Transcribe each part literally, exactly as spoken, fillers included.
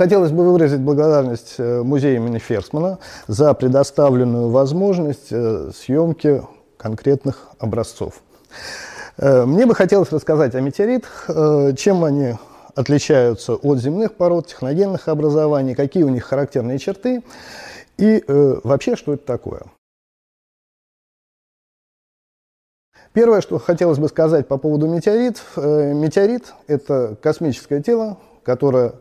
Хотелось бы выразить благодарность музею имени Ферсмана за предоставленную возможность съемки конкретных образцов. Мне бы хотелось рассказать о метеоритах, чем они отличаются от земных пород, техногенных образований, какие у них характерные черты и вообще, что это такое. Первое, что хотелось бы сказать по поводу метеоритов. Метеорит – это космическое тело, которое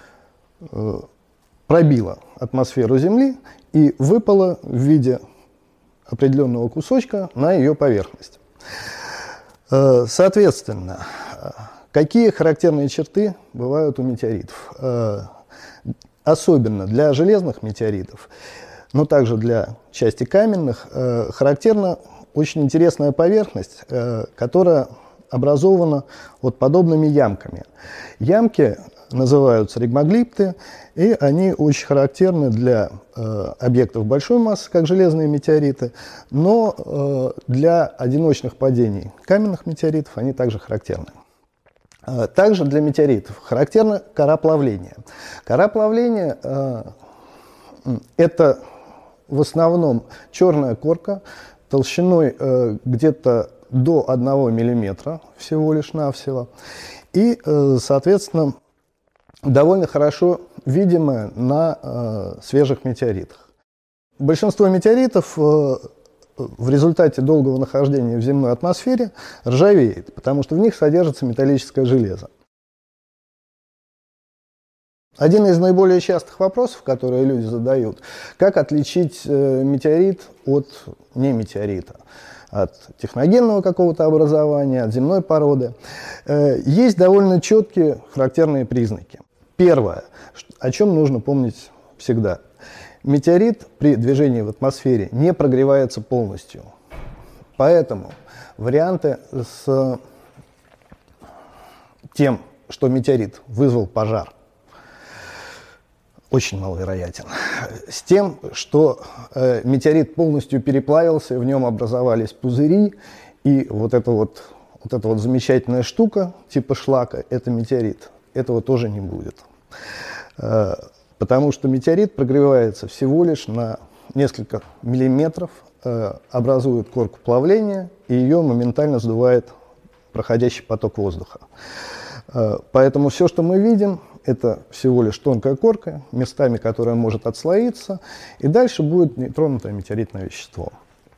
пробило атмосферу Земли и выпало в виде определенного кусочка на ее поверхность. Соответственно, какие характерные черты бывают у метеоритов? Особенно для железных метеоритов, но также для части каменных, характерна очень интересная поверхность, которая образована вот подобными ямками. Ямки называются ригмоглипты, и они очень характерны для э, объектов большой массы, как железные метеориты, но э, для одиночных падений каменных метеоритов они также характерны. Э, также для метеоритов характерна кора плавления. Кора плавления э, – это в основном черная корка толщиной э, где-то до одного миллиметра всего лишь навсего, и, э, соответственно, довольно хорошо видимая на э, свежих метеоритах. Большинство метеоритов э, в результате долгого нахождения в земной атмосфере ржавеет, потому что в них содержится металлическое железо. Один из наиболее частых вопросов, которые люди задают, как отличить э, метеорит от неметеорита, от техногенного какого-то образования, от земной породы. Э, есть довольно четкие характерные признаки. Первое, о чем нужно помнить всегда. Метеорит при движении в атмосфере не прогревается полностью. Поэтому варианты с тем, что метеорит вызвал пожар, очень маловероятен. С тем, что э, метеорит полностью переплавился, в нем образовались пузыри, и вот эта вот, вот эта вот замечательная штука типа шлака – это метеорит. Этого тоже не будет. Э, потому что метеорит прогревается всего лишь на несколько миллиметров, э, образует корку плавления, и ее моментально сдувает проходящий поток воздуха. Э, поэтому все, что мы видим, это всего лишь тонкая корка, местами которая может отслоиться, и дальше будет нетронутое метеоритное вещество.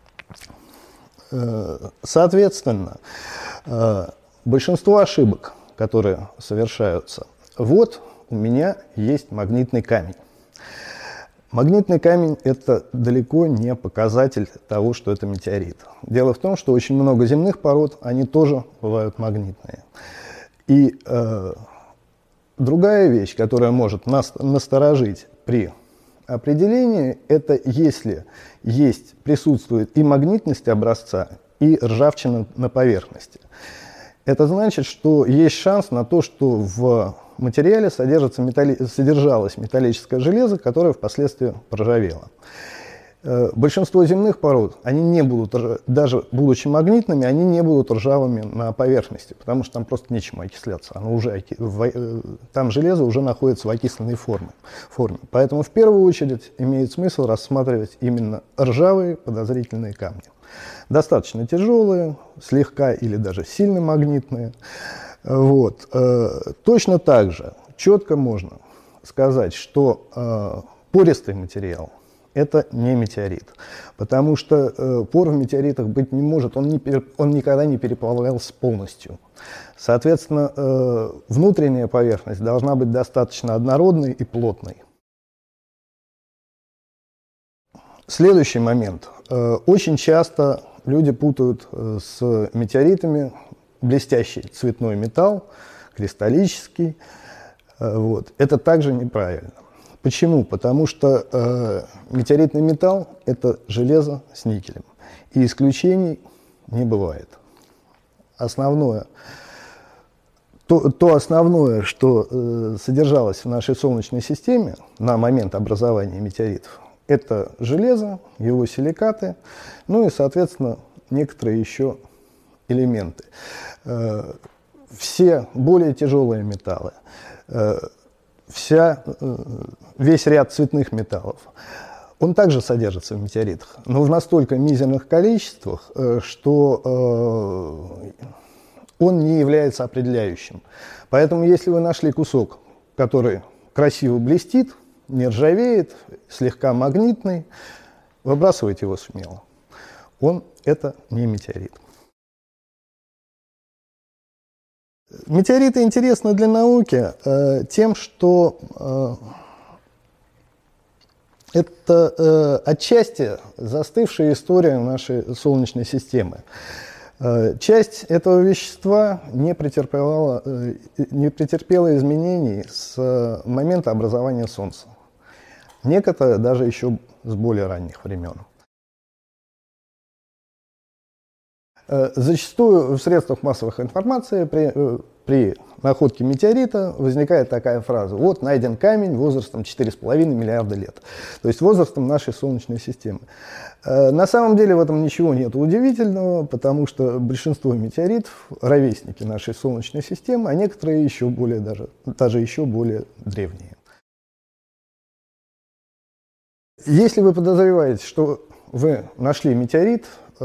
Соответственно, большинство ошибок, которые совершаются, вот у меня есть магнитный камень. Магнитный камень – это далеко не показатель того, что это метеорит. Дело в том, что очень много земных пород, они тоже бывают магнитные. И э, другая вещь, которая может нас насторожить при определении, это если есть, присутствует и магнитность образца, и ржавчина на поверхности. Это значит, что есть шанс на то, что в материале содержится металли... содержалось металлическое железо, которое впоследствии проржавело. Большинство земных пород, они не будут, даже будучи магнитными, они не будут ржавыми на поверхности, потому что там просто нечем окисляться. Оно уже, там железо уже находится в окисленной форме, форме. Поэтому в первую очередь имеет смысл рассматривать именно ржавые подозрительные камни. Достаточно тяжелые, слегка или даже сильно магнитные. Вот. Точно так же четко можно сказать, что пористый материал – это не метеорит, потому что э, пор в метеоритах быть не может, он, не пере, он никогда не переплавлялся полностью. Соответственно, э, внутренняя поверхность должна быть достаточно однородной и плотной. Следующий момент. Э, очень часто люди путают э, с метеоритами блестящий цветной металл, кристаллический. Э, вот. Это также неправильно. Почему? Потому что э, метеоритный металл – это железо с никелем, и исключений не бывает. Основное, то, то основное, что э, содержалось в нашей Солнечной системе на момент образования метеоритов, это железо, его силикаты, ну и, соответственно, некоторые еще элементы. Э, все более тяжелые металлы, э, вся, весь ряд цветных металлов, он также содержится в метеоритах, но в настолько мизерных количествах, что он не является определяющим. Поэтому, если вы нашли кусок, который красиво блестит, не ржавеет, слегка магнитный, выбрасывайте его смело. Он – это не метеорит. Метеориты интересны для науки э, тем, что э, это э, отчасти застывшая история нашей Солнечной системы. Э, часть этого вещества не претерпела, э, не претерпела изменений с момента образования Солнца. Некоторые даже еще с более ранних времен. Зачастую в средствах массовой информации при, при находке метеорита возникает такая фраза: вот найден камень возрастом четыре с половиной миллиарда лет, то есть возрастом нашей Солнечной системы. На самом деле в этом ничего нет удивительного, потому что большинство метеоритов – ровесники нашей Солнечной системы, а некоторые еще более, даже, даже еще более древние. Если вы подозреваете, что вы нашли метеорит,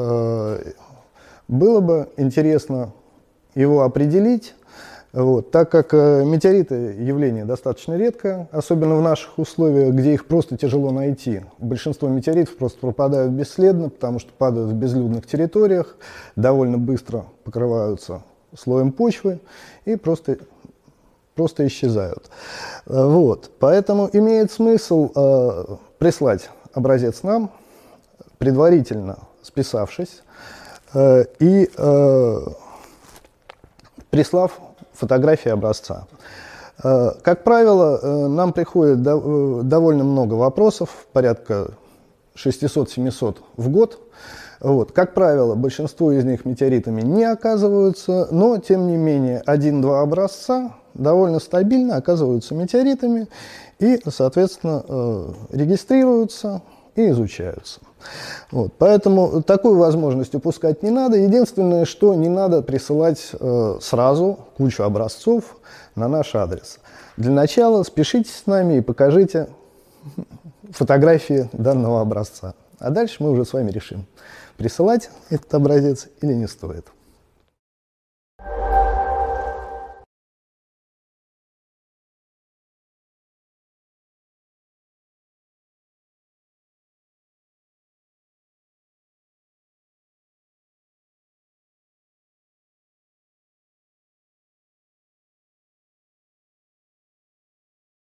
было бы интересно его определить, вот, так как э, метеориты явление достаточно редкое, особенно в наших условиях, где их просто тяжело найти. Большинство метеоритов просто пропадают бесследно, потому что падают в безлюдных территориях, довольно быстро покрываются слоем почвы и просто, просто исчезают. Вот, поэтому имеет смысл э, прислать образец нам, предварительно списавшись, и э, прислав фотографии образца. Э, как правило, э, нам приходит до, э, довольно много вопросов, порядка шестисот-семисот в год. Вот. Как правило, большинство из них метеоритами не оказываются, но, тем не менее, один-два образца довольно стабильно оказываются метеоритами и, соответственно, э, регистрируются и изучаются. Вот, поэтому такую возможность упускать не надо. Единственное, что не надо присылать э, сразу кучу образцов на наш адрес. Для начала спешите с нами и покажите фотографии данного образца. А дальше мы уже с вами решим, присылать этот образец или не стоит.